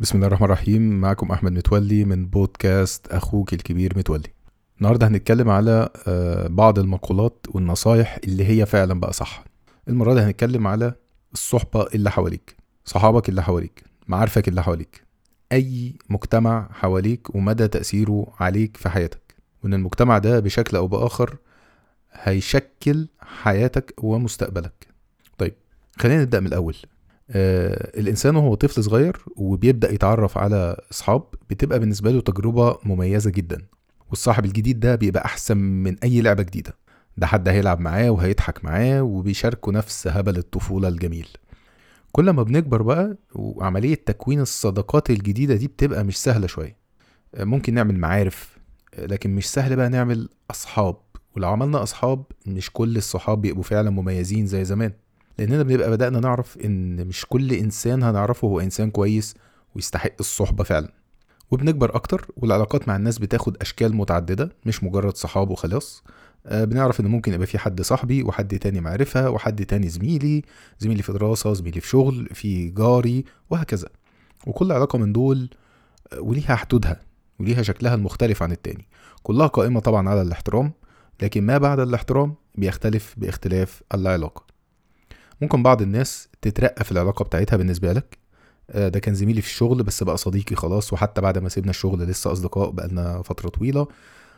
بسم الله الرحمن الرحيم. معكم أحمد متولي من بودكاست أخوك الكبير متولي. النهاردة هنتكلم على بعض المقولات والنصايح اللي هي فعلا بقى صح. المرة دي هنتكلم على الصحبة اللي حواليك، صحابك اللي حواليك، معارفك اللي حواليك، أي مجتمع حواليك ومدى تأثيره عليك في حياتك، وإن المجتمع ده بشكل أو بآخر هيشكل حياتك ومستقبلك. طيب خلينا نبدأ من الأول. الإنسان وهو طفل صغير وبيبدأ يتعرف على أصحاب بتبقى بالنسبة له تجربة مميزة جدا، والصاحب الجديد ده بيبقى أحسن من أي لعبة جديدة. ده حد هيلعب معاه وهيضحك معاه وبيشاركوا نفس هبل الطفولة الجميل. كل ما بنكبر بقى وعملية تكوين الصداقات الجديدة دي بتبقى مش سهلة شوية. ممكن نعمل معارف، لكن مش سهل بقى نعمل أصحاب. ولو عملنا أصحاب مش كل الصحاب بيبقوا فعلا مميزين زي زمان، لأننا بنبقى بدأنا نعرف إن مش كل إنسان هنعرفه هو إنسان كويس ويستحق الصحبة فعلا. وبنكبر أكتر والعلاقات مع الناس بتاخد أشكال متعددة، مش مجرد صحاب وخلاص. بنعرف إن ممكن يبقى في حد صاحبي وحد تاني معرفة وحد تاني زميلي في دراسة، زميلي في شغل، في جاري، وهكذا. وكل علاقة من دول وليها حدودها وليها شكلها المختلف عن التاني، كلها قائمة طبعا على الاحترام، لكن ما بعد الاحترام بيختلف باختلاف العلاقة. ممكن بعض الناس تترقى في العلاقة بتاعتها بالنسبة لك، ده كان زميلي في الشغل بس بقى صديقي خلاص، وحتى بعد ما سيبنا الشغل لسه أصدقاء بقالنا فترة طويلة.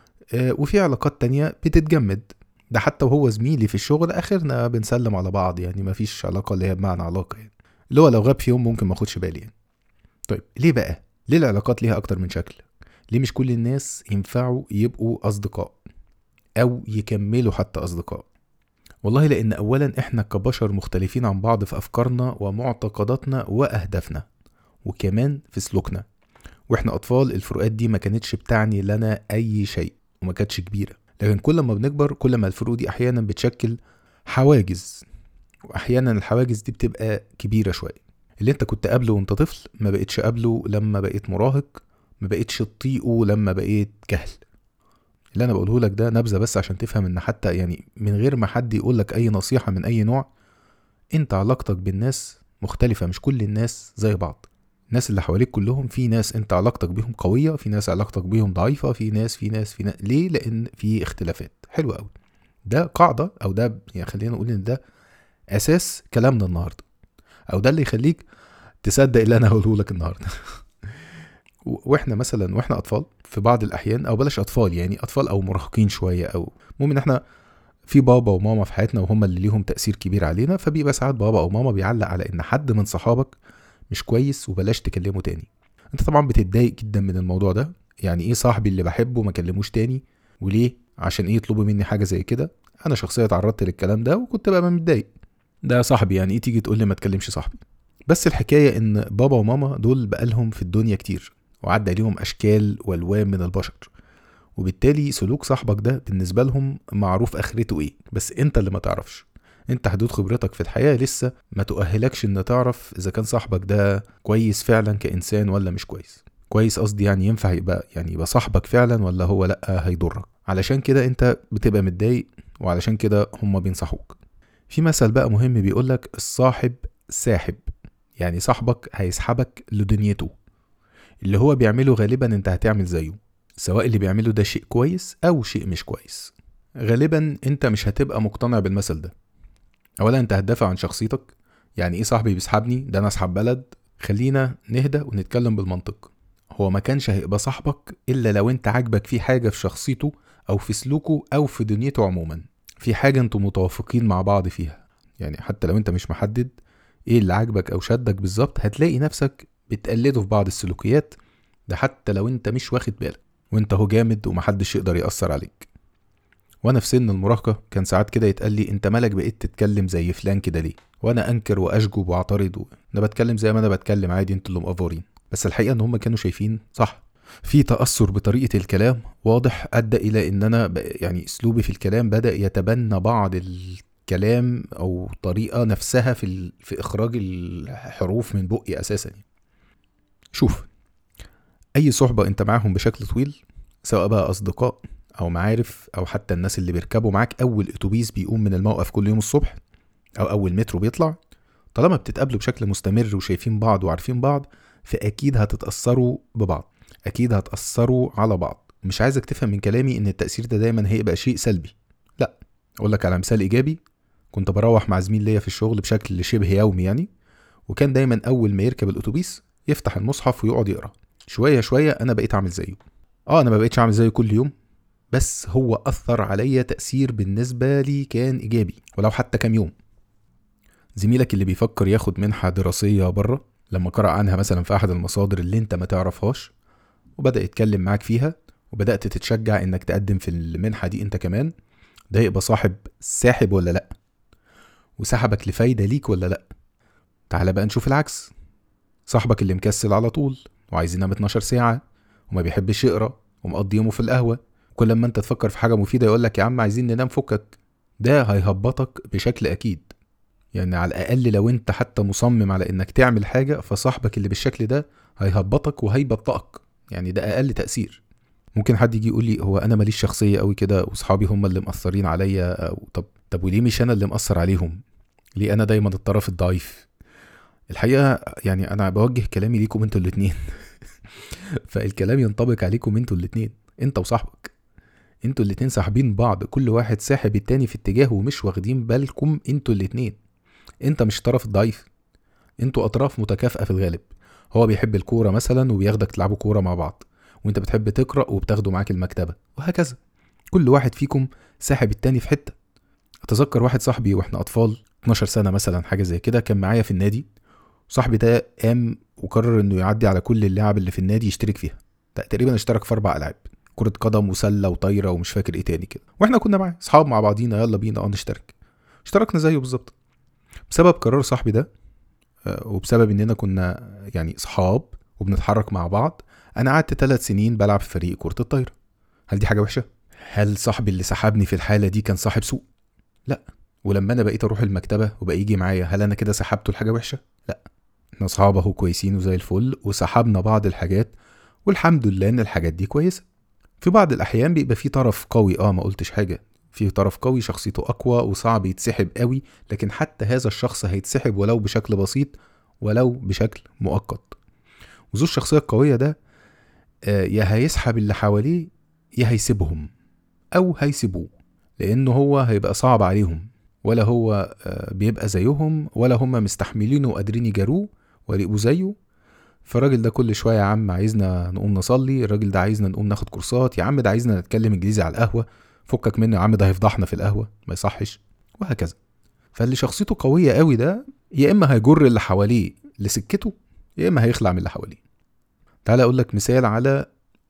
وفي علاقات تانية بتتجمد، ده حتى وهو زميلي في الشغل آخرنا بنسلم على بعض، يعني ما فيش علاقة اللي هي بمعنى علاقة، يعني اللي هو لو غاب في يوم ممكن ما اخدش بالي يعني. طيب ليه بقى؟ ليه العلاقات ليها أكتر من شكل؟ ليه مش كل الناس ينفعوا يبقوا أصدقاء أو يكملوا حتى أصدقاء؟ والله لأن أولا إحنا كبشر مختلفين عن بعض في أفكارنا ومعتقداتنا وأهدافنا، وكمان في سلوكنا. وإحنا أطفال الفروقات دي ما كانتش بتعني لنا أي شيء وما كانتش كبيرة، لكن كل ما بنكبر كل ما الفروق دي أحيانا بتشكل حواجز، وأحيانا الحواجز دي بتبقى كبيرة شوية. اللي انت كنت قابله وانت طفل ما بقتش قابله لما بقيت مراهق، ما بقيتش تطيقه لما بقيت جهل. اللي انا بقوله لك ده نبذة بس عشان تفهم ان حتى يعني من غير ما حد يقول لك اي نصيحة من اي نوع، انت علاقتك بالناس مختلفة، مش كل الناس زي بعض. الناس اللي حواليك كلهم، في ناس انت علاقتك بيهم قوية، في ناس علاقتك بيهم ضعيفة، في ناس. ليه؟ لان في اختلافات. حلوة قوي. ده قاعدة او ده يعني خلينا نقول ان ده اساس كلامنا النهاردة، او ده اللي يخليك تصدق اللي انا هقوله لك النهاردة. واحنا مثلا واحنا اطفال في بعض الاحيان، او بلاش اطفال، يعني اطفال او مراهقين شوية، او المهم ان احنا في بابا وماما في حياتنا وهم اللي ليهم تأثير كبير علينا، فبيبقى ساعات بابا او ماما بيعلق على ان حد من صحابك مش كويس وبلاش تكلمه تاني. انت طبعا بتتضايق جدا من الموضوع ده، يعني ايه صاحبي اللي بحبه ما كلموش تاني؟ وليه؟ عشان ايه يطلبوا مني حاجة زي كده؟ انا شخصيا تعرضت للكلام ده وكنت بقى متضايق. ده صاحبي، يعني ايه تيجي تقول لي ما تكلمش صاحبي؟ بس الحكاية ان بابا وماما دول بقالهم في الدنيا كتير وعدى ليهم اشكال والوان من البشر، وبالتالي سلوك صاحبك ده بالنسبة لهم معروف اخرته ايه، بس انت اللي ما تعرفش. انت حدود خبرتك في الحياة لسه ما تؤهلكش ان تعرف اذا كان صاحبك ده كويس فعلا كإنسان ولا مش كويس. كويس قصدي يعني ينفع يبقى صاحبك فعلا، ولا هو لأ هيضرك. علشان كده انت بتبقى متضايق، وعلشان كده هم بينصحوك. في مثل بقى مهم بيقولك الصاحب ساحب، يعني صاحبك هيسحبك لدنيته. اللي هو بيعمله غالبا انت هتعمل زيه، سواء اللي بيعمله ده شيء كويس او شيء مش كويس. غالبا انت مش هتبقى مقتنع بالمثل ده. اولا انت هتدافع عن شخصيتك، يعني ايه صاحبي بيسحبني؟ ده انا اصحاب بلد. خلينا نهدى ونتكلم بالمنطق. هو ما كانش هيبقى صاحبك الا لو انت عاجبك فيه حاجة في شخصيته او في سلوكه او في دنيته عموما، في حاجة انتوا متوافقين مع بعض فيها. يعني حتى لو انت مش محدد ايه اللي عاجبك او شدك بالظبط، هتلاقي نفسك بتقلده في بعض السلوكيات، ده حتى لو انت مش واخد بالك، وانت هو جامد ومحدش يقدر يأثر عليك. وانا في سن المراهقة كان ساعات كده يتقال لي انت مالك بقيت تتكلم زي فلان كده ليه؟ وانا انكر واشجب واعترض انا بتكلم زي ما انا بتكلم عادي، انتوا اللي مقفورين. بس الحقيقة ان هم كانوا شايفين صح. في تأثر بطريقة الكلام واضح ادى الى ان انا يعني اسلوبي في الكلام بدأ يتبنى بعض الكلام او طريقة نفسها في اخراج الحروف من بقي اساسا. شوف، اي صحبة انت معاهم بشكل طويل، سواء بقى اصدقاء او معارف او حتى الناس اللي بيركبوا معاك اول اتوبيس بيقوم من الموقف كل يوم الصبح، او اول مترو بيطلع، طالما بتتقابلوا بشكل مستمر وشايفين بعض وعارفين بعض، فأكيد هتتأثروا ببعض، أكيد هتأثروا على بعض. مش عايزك تفهم من كلامي إن التأثير ده دايما هيبقى شيء سلبي، لا. أقول لك على مثال إيجابي. كنت بروح مع زميل ليا في الشغل بشكل شبه يومي يعني، وكان دايما أول ما يركب الأتوبيس يفتح المصحف ويقعد يقرأ. شوية شوية أنا بقيت أعمل زيه. أنا ما بقيتش أعمل زيه كل يوم، بس هو أثر عليا تأثير بالنسبة لي كان إيجابي، ولو حتى كام يوم. زميلك اللي بيفكر ياخد منحة دراسية بره، لما قرأ عنها مثلا في أحد المصادر اللي انت ما تعرفهاش وبدأ يتكلم معاك فيها، وبدأت تتشجع انك تقدم في المنحة دي انت كمان، ده يبقى صاحب ساحب ولا لأ؟ وسحبك لفايدة ليك ولا لأ؟ تعال بقى نشوف العكس. صاحبك اللي مكسل على طول وعايز ينام 12 ساعة وما بيحبش يقرأ ومقضي يومه في القهوة، كل ما انت تفكر في حاجة مفيدة يقولك يا عم عايزين ننام فكك، ده هيهبطك بشكل أكيد. يعني على الأقل لو انت حتى مصمم على انك تعمل حاجة، فصاحبك اللي بالشكل ده هيهبطك وهيبطئك، يعني ده أقل تأثير. ممكن حد يجي يقول لي هو أنا ماليش شخصية قوي كده وصحابي هم اللي مأثرين عليا، أو طب وليه مش أنا اللي مأثر عليهم؟ ليه أنا دايما الطرف الضعيف؟ الحقيقة يعني أنا بوجه كلامي ليكم انتوا الاتنين فالكلام ينطبق عليكم انتوا الاتنين، انت وصاحبك. انتوا الاتنين ساحبين بعض، كل واحد ساحب التاني في اتجاه ومش واخدين بالكم انتوا الاتنين. انت مش الطرف الضعيف، انتوا اطراف متكافئة في الغالب. هو بيحب الكورة مثلا وبياخدك تلعبوا كورة مع بعض، وانت بتحب تقرأ وبتاخده معاك المكتبة، وهكذا. كل واحد فيكم ساحب التاني في حتة. اتذكر واحد صاحبي واحنا اطفال 12 سنة مثلا حاجة زي كده، كان معايا في النادي. صاحبي ده قام وقرر انه يعدي على كل اللعب اللي في النادي يشترك فيها. تقريبا اشترك في 4 ألعاب، كرة قدم وسلة وطايرة ومش فاكر ايه تاني كده، واحنا كنا معاه اصحاب مع بعضينا، يلا بينا نشترك. اشتركنا زيه بالظبط. بسبب قرار صاحبي ده وبسبب اننا كنا يعني اصحاب وبنتحرك مع بعض، انا قعدت 3 سنين بلعب في فريق كرة الطايرة. هل دي حاجة وحشة؟ هل صاحبي اللي سحبني في الحالة دي كان صاحب سوء؟ لا. ولما انا بقيت اروح المكتبة وبقى يجي معايا، هل انا كده سحبته لحاجة وحشة؟ لا. احنا اصحاب اهو كويسين وزي الفل، وسحبنا بعض الحاجات، والحمد لله ان الحاجات دي كويسة. في بعض الاحيان بيبقى في طرف قوي، ما قلتش حاجة، في طرف قوي شخصيته اقوى وصعب يتسحب قوي، لكن حتى هذا الشخص هيتسحب ولو بشكل بسيط، ولو بشكل مؤقت. وذو الشخصية القوية ده يا هيسحب اللي حواليه يا هيسيبهم او هيسيبوه، لانه هو هيبقى صعب عليهم، ولا هو بيبقى زيهم، ولا هم مستحملينه وقادرين يجاروه ويبقوا زيه. فالراجل ده كل شوية يا عم عايزنا نقوم نصلي، الراجل ده عايزنا نقوم ناخد كورسات، يا عم ده عايزنا نتكلم انجليزي على القهوة، فكك منه يا عم ده هيفضحنا في القهوة، ما يصحش، وهكذا. فاللي شخصيته قوية قوي ده يا اما هيجر اللي حواليه لسكته، يا اما هيخلع من اللي حواليه. تعال اقول لك مثال على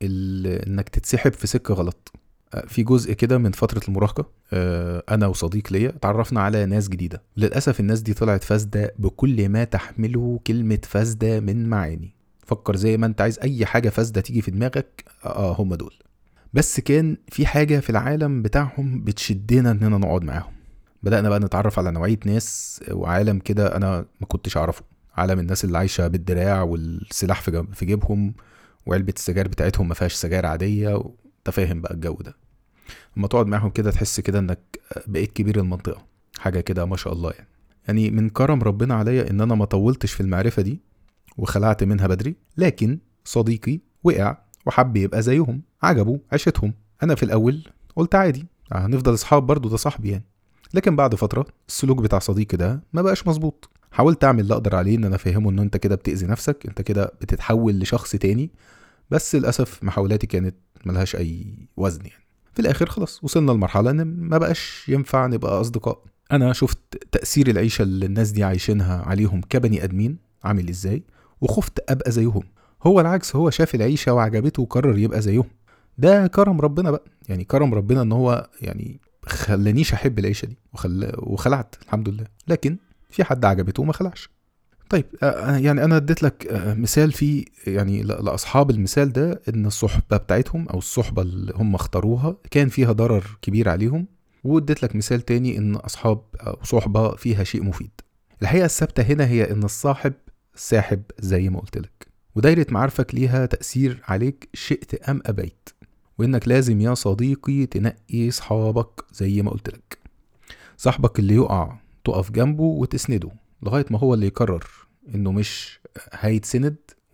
انك تتسحب في سكة غلط. في جزء كده من فترة المراهقة، انا وصديق ليا تعرفنا على ناس جديدة. للأسف الناس دي طلعت فاسدة بكل ما تحمله كلمة فاسدة من معاني. فكر زي ما انت عايز اي حاجة فاسدة تيجي في دماغك، هم دول. بس كان في حاجة في العالم بتاعهم بتشدنا اننا نقعد معاهم. بدأنا بقى نتعرف على نوعية ناس وعالم كده انا ما كنتش اعرفه. عالم الناس اللي عايشة بالدراع والسلاح في جيبهم، وعلبة السجاير بتاعتهم ما فيهاش سجاير عادية، تفاهم بقى الجو ده. لما تقعد معاهم كده تحس كده انك بقيت كبير المنطقة، حاجة كده ما شاء الله يعني من كرم ربنا عليا ان انا ما طولتش في المعرفة دي وخلعت منها بدري. لكن صديقي وقع وحب يبقى زيهم، عجبه عيشتهم. انا في الاول قلت عادي هنفضل اصحاب برضو، ده صاحبي يعني. لكن بعد فترة السلوك بتاع صديقي ده ما بقاش مظبوط. حاولت اعمل اللي اقدر عليه ان انا افهمه ان انت كده بتأذي نفسك، انت كده بتتحول لشخص تاني، بس للأسف محاولاتي كانت ملهاش اي وزن يعني. في الاخر خلاص وصلنا لمرحلة ان ما بقاش ينفع نبقى اصدقاء. انا شفت تأثير العيشة اللي الناس دي عايشينها عليهم كبني ادمين عامل ازاي، وخفت ابقى زيهم. هو العكس، هو شاف العيشة وعجبته وقرر يبقى زيهم. ده كرم ربنا بقى، يعني كرم ربنا ان هو يعني خلانيش احب العيشة دي وخلعت الحمد لله. لكن في حد عجبته وما خلعش. طيب يعني انا اديت لك مثال في يعني لاصحاب المثال ده ان الصحبة بتاعتهم او الصحبة اللي هم اختاروها كان فيها ضرر كبير عليهم، واديت لك مثال تاني ان اصحاب او صحبة فيها شيء مفيد. الحقيقة الثابتة هنا هي ان الصاحب ساحب زي ما قلت لك، ودايرة معارفك ليها تأثير عليك شئت أم أبيت، وإنك لازم يا صديقي تنقي صحابك زي ما قلت لك. صاحبك اللي يقع تقف جنبه وتسنده لغاية ما هو اللي يقرر إنه مش هيتسند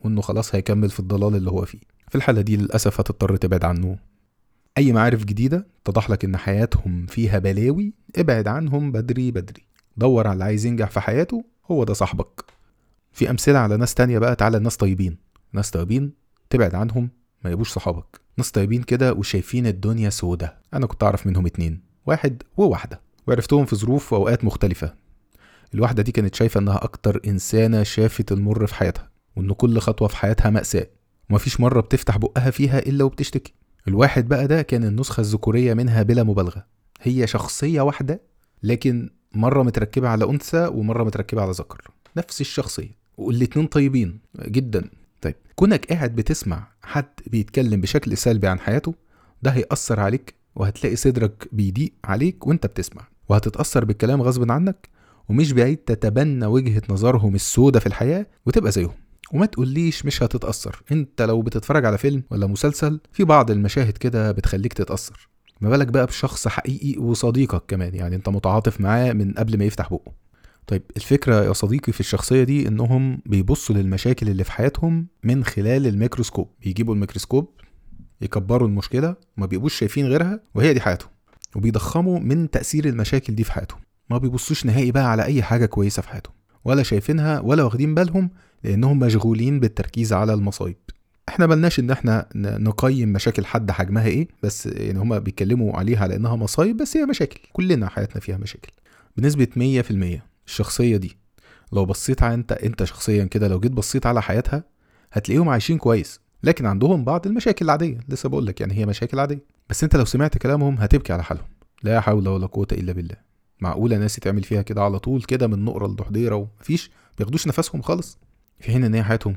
وانه خلاص هيكمل في الضلال اللي هو فيه. في الحالة دي للأسف هتضطر تبعد عنه. أي معارف جديدة اتضح لك إن حياتهم فيها بلاوي، ابعد عنهم بدري بدري. دور على اللي عايز ينجح في حياته، هو ده صاحبك. في أمثلة على ناس تانية بقى. تعالى ناس طيبين، ناس طيبين تبعد عنهم، ما يبوش صحابك. ناس طيبين كده وشايفين الدنيا سودة. أنا كنت أعرف منهم 2، واحد وواحدة، وعرفتهم في ظروف وأوقات مختلفة. الواحدة دي كانت شايفة إنها أكتر إنسانة شافت المر في حياتها، وإن كل خطوة في حياتها مأساة، ومفيش مرة بتفتح بقها فيها إلا وبتشتكي. الواحد بقى ده كان النسخة الذكورية منها بلا مبالغة. هي شخصية واحدة لكن مرة متركبة على أنثى ومرة متركبة على ذكر، نفس الشخصية، والاتنين طيبين جدا. طيب كونك قاعد بتسمع حد بيتكلم بشكل سلبي عن حياته، ده هيأثر عليك، وهتلاقي صدرك بيضيق عليك وانت بتسمع، وهتتأثر بالكلام غصب عنك، ومش بعيد تتبنى وجهة نظرهم السودة في الحياة وتبقى زيهم. وما تقوليش مش هتتأثر. انت لو بتتفرج على فيلم ولا مسلسل، في بعض المشاهد كده بتخليك تتأثر، ما بالك بقى بشخص حقيقي وصديقك كمان، يعني انت متعاطف معاه من قبل ما يفتح بقه. طيب الفكرة يا صديقي في الشخصية دي انهم بيبصوا للمشاكل اللي في حياتهم من خلال الميكروسكوب. بيجيبوا الميكروسكوب يكبروا المشكلة، ما بيبقوش شايفين غيرها، وهي دي حياتهم، وبيضخموا من تأثير المشاكل دي في حياتهم. ما بيبصوش نهائي بقى على اي حاجة كويسة في حياتهم، ولا شايفينها ولا واخدين بالهم، لانهم مشغولين بالتركيز على المصايب. احنا ملناش ان احنا نقيم مشاكل حد حجمها ايه، بس يعني هما بيتكلموا عليها لانها مصايب، بس هي مشاكل، كلنا حياتنا فيها مشاكل بنسبة 100%. الشخصية دي لو بصيت على انت شخصيا كده، لو جيت بصيت على حياتها هتلاقيهم عايشين كويس، لكن عندهم بعض المشاكل العادية. لسه بقول لك يعني هي مشاكل عادية، بس انت لو سمعت كلامهم هتبكي على حالهم. لا حول ولا قوة الا بالله. معقولة ناس تعمل فيها كده على طول كده من نقرة لضحضيرة ومفيش بياخدوش نفسهم خالص، في حين ان هي حياتهم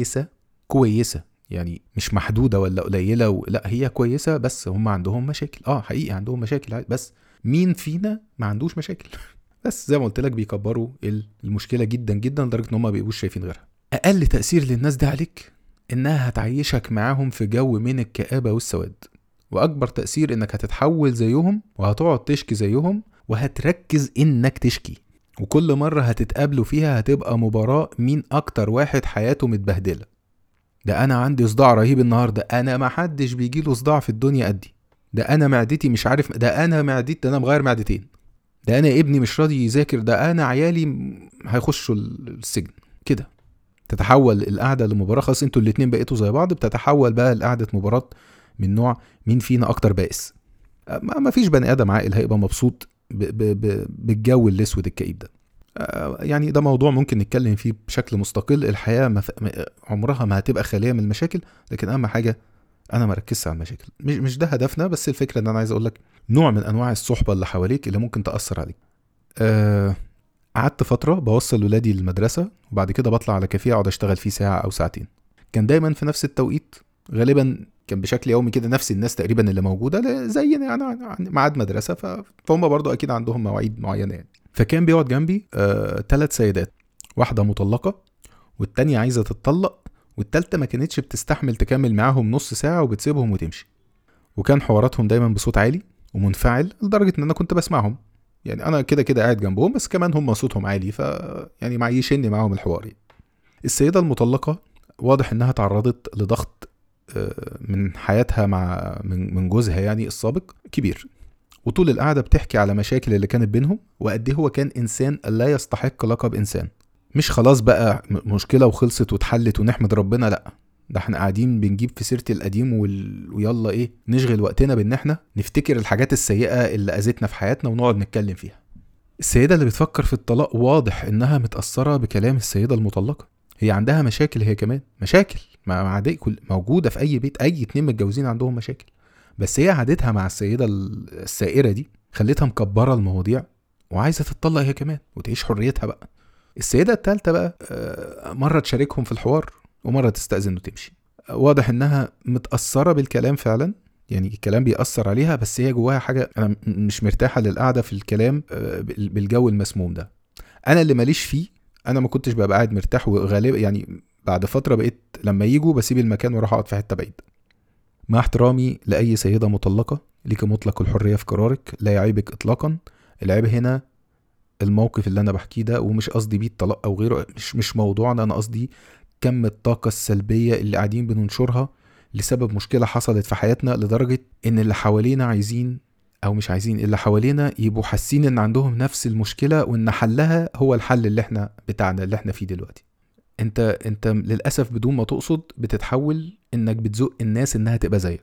كويسة يعني مش محدودة ولا قليلة لا هي كويسة، بس هم عندهم مشاكل. حقيقي عندهم مشاكل، بس مين فينا ما عندوش مشاكل؟ بس زي ما قلت لك بيكبروا المشكلة جدا جدا لدرجة ان هم ما بيبقوش شايفين غيرها. اقل تأثير للناس دي عليك انها هتعيشك معاهم في جو من الكآبة والسواد، واكبر تأثير انك هتتحول زيهم وهتقعد تشكي زيهم، وهتركز انك تشكي، وكل مرة هتتقابلوا فيها هتبقى مباراة مين اكتر واحد حياته متبهدلة. ده انا عندي صداع رهيب النهاردة، انا ما حدش بيجيله صداع في الدنيا قدي، ده انا معدتي مش عارف، ده انا معدتي، ده انا مغير معدتين، ده انا ابني مش راضي يذاكر، ده انا عيالي هيخشوا السجن. كده تتحول القعدة لمباراة، خلاص انتوا الاتنين بقيتوا زي بعض، بتتحول بقى القعدة مباراة من نوع مين فينا اكتر بائس. ما فيش بني ادم عاقل هيبقى مبسوط بالجو الاسود الكئيب ده. يعني ده موضوع ممكن نتكلم فيه بشكل مستقل. الحياة عمرها ما هتبقى خالية من المشاكل، لكن اهم حاجة انا ما ركزش على المشاكل، مش ده هدفنا، بس الفكرة ان انا عايز اقولك نوع من انواع الصحبة اللي حواليك اللي ممكن تأثر عليك. قعدت فترة بوصل ولادي للمدرسة، وبعد كده بطلع على كافيه اقعد اشتغل فيه ساعة او ساعتين. كان دايما في نفس التوقيت، غالبا كان بشكل يومي كده، نفس الناس تقريبا اللي موجودة زينا يعني ميعاد مدرسة، فهم برضو اكيد عندهم مواعيد معينة يعني. فكان بيقعد جنبي 3 سيدات، واحدة مطلقة، والتانية عايزة تتطلق، والتالتة ما كانتش بتستحمل تكمل معاهم نص ساعة وبتسيبهم وتمشي. وكان حواراتهم دايما بصوت عالي ومنفعل لدرجة ان انا كنت بسمعهم، يعني انا كده قاعد جنبهم، بس كمان هم صوتهم عالي، يعني معيشني معاهم الحوار يعني. السيدة المطلقة واضح انها تعرضت لضغط من حياتها من جوزها يعني السابق كبير، وطول القعدة بتحكي على مشاكل اللي كانت بينهم، وقد هو كان انسان لا يستحق لقب انسان. مش خلاص بقى مشكلة وخلصت واتحلت ونحمد ربنا، لا، ده احنا قاعدين بنجيب في سيرة القديم ويلا ايه نشغل وقتنا بان احنا نفتكر الحاجات السيئة اللي اذتنا في حياتنا ونقعد نتكلم فيها. السيدة اللي بتفكر في الطلاق واضح انها متأثرة بكلام السيدة المطلقة. هي عندها مشاكل، هي كمان مشاكل مع عادي موجودة في اي بيت، اي 2 متجوزين عندهم مشاكل، بس هي عادتها مع السيدة السائرة دي خلتها مكبرة المواضيع وعايزة تتطلق هي كمان وتعيش حريتها بقى. السيدة الثالثة بقى مرة تشاركهم في الحوار ومرة تستأذن وتمشي. واضح انها متأثرة بالكلام فعلا، يعني الكلام بيأثر عليها، بس هي جواها حاجة انا مش مرتاحة للقعدة في الكلام بالجو المسموم ده. انا اللي ماليش فيه، انا ما كنتش بقى قاعد مرتاح، وغالبا يعني بعد فترة بقيت لما يجوا بسيب المكان واروح اقعد في حتة بعيد. مع احترامي لأي سيدة مطلقة، ليك مطلق الحرية في قرارك، لا يعيبك اطلاقا. العيب هنا الموقف اللي انا بحكيه ده، ومش قصدي بيه الطلاق او غيره، مش موضوعنا، انا قصدي كم الطاقة السلبية اللي قاعدين بننشرها لسبب مشكلة حصلت في حياتنا، لدرجة ان اللي حوالينا عايزين او مش عايزين اللي حوالينا يبقوا حاسين ان عندهم نفس المشكلة، وان حلها هو الحل اللي احنا بتاعنا اللي احنا فيه دلوقتي. انت للأسف بدون ما تقصد بتتحول انك بتزق الناس انها تبقى زيك.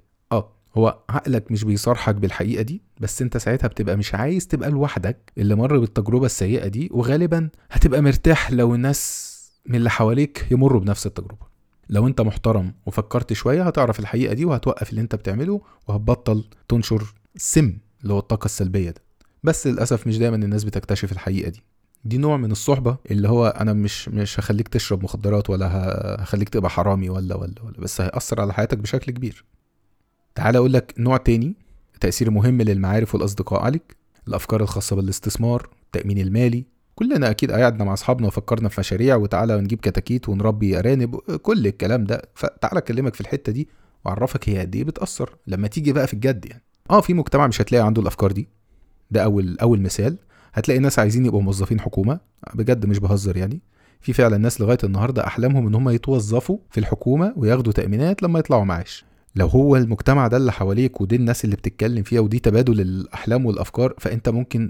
هو عقلك مش بيصارحك بالحقيقة دي، بس انت ساعتها بتبقى مش عايز تبقى لوحدك اللي مر بالتجربة السيئة دي، وغالبا هتبقى مرتاح لو الناس من اللي حواليك يمروا بنفس التجربة. لو انت محترم وفكرت شوية هتعرف الحقيقة دي، وهتوقف اللي انت بتعمله، وهتبطل تنشر السم اللي هو الطاقة السلبية ده. بس للأسف مش دايما الناس بتكتشف الحقيقة دي نوع من الصحبة اللي هو انا مش هخليك تشرب مخدرات، ولا هخليك تبقى حرامي ولا بس هيأثر على حياتك بشكل كبير. تعال اقول لك نوع تاني تأثير مهم للمعارف والأصدقاء عليك: الأفكار الخاصة بالاستثمار، التأمين المالي. كلنا أكيد قعدنا مع أصحابنا وفكرنا في مشاريع، وتعالى نجيب كتاكيت ونربي أرانب، كل الكلام ده. فتعالى أكلمك في الحتة دي وأعرفك هي قد إيه بتأثر لما تيجي بقى في الجد. يعني في مجتمع مش هتلاقي عنده الأفكار دي. ده أول مثال. هتلاقي ناس عايزين يبقوا موظفين حكومة، بجد مش بهزر يعني. في فعلا ناس لغاية النهاردة أحلامهم إن هم يتوظفوا في الحكومة وياخدوا تأمينات لما يطلعوا معاش. لو هو المجتمع ده اللي حواليك ودي الناس اللي بتتكلم فيها ودي تبادل الأحلام والأفكار، فأنت ممكن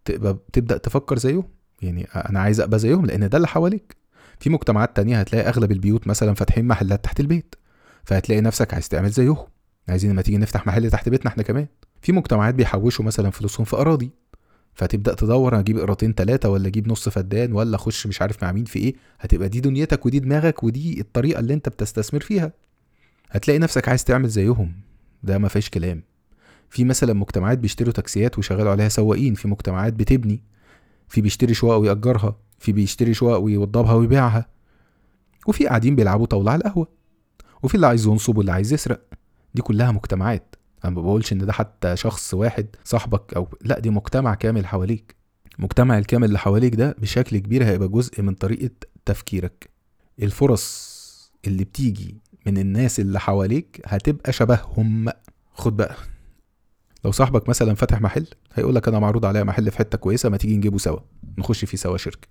تبدأ تفكر زيهم. يعني أنا عايز أبقى زيهم لأن ده اللي حواليك. في مجتمعات تانية هتلاقي أغلب البيوت مثلا فاتحين محلات تحت البيت، فهتلاقي نفسك عايز تعمل زيهم، عايزين لما تيجي نفتح محل تحت بيتنا احنا كمان. في مجتمعات بيحوشوا مثلا فلوسهم في أراضي، فتبدأ تدور أجيب قراطين 3 ولا أجيب نص فدان ولا أخش مش عارف مع مين في إيه. هتبقى دي دنيتك ودي دماغك ودي الطريقة اللي أنت بتستثمر فيها. هتلاقي نفسك عايز تعمل زيهم، ده ما فيش كلام. في مثلا مجتمعات بيشتروا تاكسيات ويشغلوا عليها سواقين، في مجتمعات بتبني، في بيشتري شقق ويأجرها، في بيشتري شقق ويوضبها ويبيعها، وفي قاعدين بيلعبوا طاولة على القهوة، وفي اللي عايز ينصب واللي عايز يسرق. دي كلها مجتمعات. انا ما بقولش ان ده حتى شخص واحد صاحبك او لا، دي مجتمع كامل حواليك. المجتمع الكامل اللي حواليك ده بشكل كبير هيبقى جزء من طريقة تفكيرك. الفرص اللي بتيجي من الناس اللي حواليك هتبقى شبههم. خد بقى، لو صاحبك مثلا فتح محل هيقولك انا معروض عليا محل في حتة كويسة، ما تيجي نجيبه سوا، نخش فيه سوا شركة.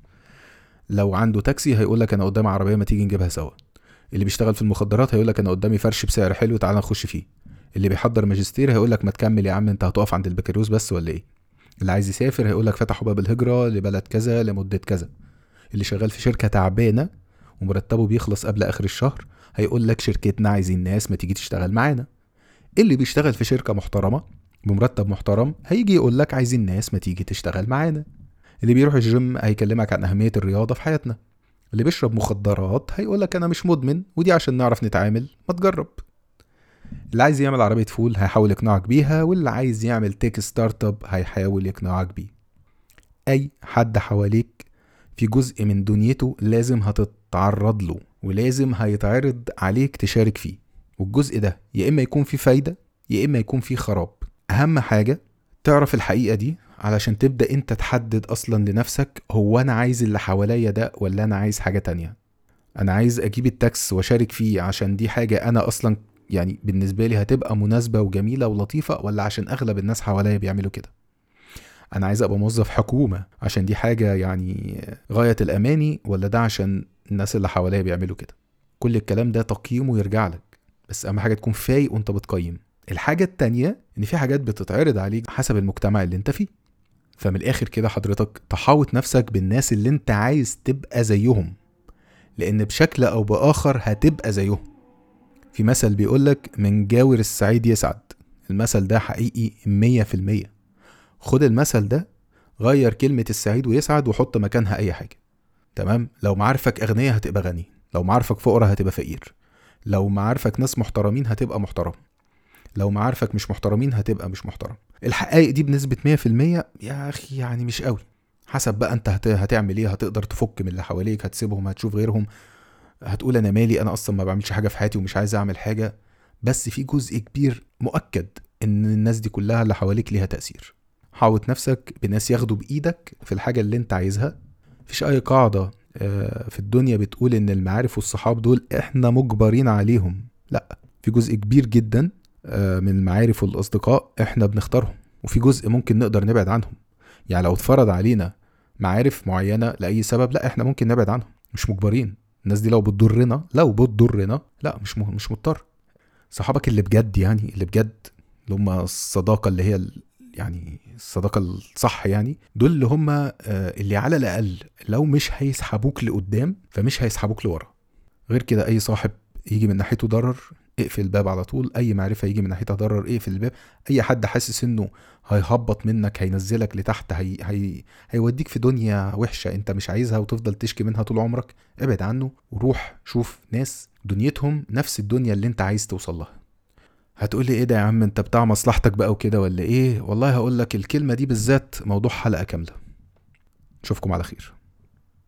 لو عنده تاكسي هيقولك انا قدامي عربية، ما تيجي نجيبها سوا. اللي بيشتغل في المخدرات هيقولك انا قدامي فرش بسعر حلو، تعالى نخش فيه. اللي بيحضر ماجستير هيقولك ما تكمل يا عم، انت هتقف عند البكالوريوس بس ولا ايه. اللي عايز يسافر هيقولك فتحوا باب الهجرة لبلد كذا لمدة كذا. اللي شغال في شركة تعبانة ومرتبه بيخلص قبل اخر الشهر هيقولك شركتنا عايزين ناس، ما تيجي تشتغل معانا. اللي بيشتغل في شركة محترمة بمرتب محترم هيجي يقولك عايزين ناس، ما تيجي تشتغل معانا. اللي بيروح الجيم هيكلمك عن أهمية الرياضة في حياتنا. اللي بيشرب مخدرات هيقولك أنا مش مدمن، ودي عشان نعرف نتعامل، ما تجرب. اللي عايز يعمل عربية فول هيحاول يقنعك بيها، واللي عايز يعمل تيك ستارت اب هيحاول يقنعك بيه. أي حد حواليك في جزء من دنيته لازم هتتعرض له، ولازم هيتعرض عليك تشارك فيه، والجزء ده يا إما يكون فيه فايدة يا إما يكون فيه خراب. أهم حاجة تعرف الحقيقة دي علشان تبدأ انت تحدد اصلا لنفسك، هو انا عايز اللي حواليا ده ولا انا عايز حاجة تانية. انا عايز اجيب التاكس واشارك فيه عشان دي حاجة انا اصلا يعني بالنسبة لي هتبقى مناسبة وجميلة ولطيفة، ولا عشان اغلب الناس حواليا بيعملوا كده. انا عايز ابقى موظف حكومة عشان دي حاجة يعني غاية الاماني، ولا ده عشان الناس اللي حواليا بيعملوا كده. كل الكلام ده تقييمه يرجع لك، بس اهم حاجة تكون فايق وانت بتقيم. الحاجة التانية ان في حاجات بتتعرض عليك حسب المجتمع اللي انت فيه. فمن الاخر كده حضرتك تحاوط نفسك بالناس اللي انت عايز تبقى زيهم، لان بشكل او باخر هتبقى زيهم. في مثل بيقولك من جاور السعيد يسعد. المثل ده حقيقي 100%. خد المثل ده، غير كلمة السعيد ويسعد وحط مكانها اي حاجة. تمام؟ لو معارفك اغنياء هتبقى غني، لو معارفك فقراء هتبقى فقير، لو معارفك ناس محترمين هتبقى محترم، لو معارفك مش محترمين هتبقى مش محترم. الحقائق دي بنسبة 100% يا أخي يعني مش قوي. حسب بقى أنت هتعمل إيه. هتقدر تفك من اللي حواليك، هتسيبهم، هتشوف غيرهم، هتقول أنا مالي، أنا أصلا ما بعملش حاجة في حياتي ومش عايز أعمل حاجة. بس في جزء كبير مؤكد إن الناس دي كلها اللي حواليك ليها تأثير. حاوط نفسك بناس ياخدوا بإيدك في الحاجة اللي أنت عايزها. مفيش أي قاعدة في الدنيا بتقول إن المعارف والصحاب دول إحنا مجبرين عليهم. لأ، في جزء كبير جدا من المعارف والأصدقاء إحنا بنختارهم، وفي جزء ممكن نقدر نبعد عنهم. يعني لو اتفرض علينا معارف معينة لأي سبب، لا إحنا ممكن نبعد عنهم، مش مجبرين. الناس دي لو بتضرنا لا، مش مضطر. صحابك اللي بجد، يعني اللي بجد، اللي هم الصداقة اللي هي يعني الصداقة الصح، يعني دول اللي هم اللي على الأقل لو مش هيسحبوك لقدام فمش هيسحبوك لورا. غير كده أي صاحب يجي من ناحيته ضرر اقفل الباب على طول. أي معرفة يجي من ناحيتها ضرر اقفل الباب. أي حد حاسس إنه هيهبط منك، هينزلك لتحت، هيوديك في دنيا وحشة انت مش عايزها وتفضل تشكي منها طول عمرك، ابعد عنه وروح شوف ناس دنيتهم نفس الدنيا اللي انت عايز توصل لها. هتقولي ايه ده يا عم، انت بتاع مصلحتك بقى وكده ولا ايه؟ والله هقولك الكلمة دي بالذات موضوع حلقة كاملة. اشوفكم على خير.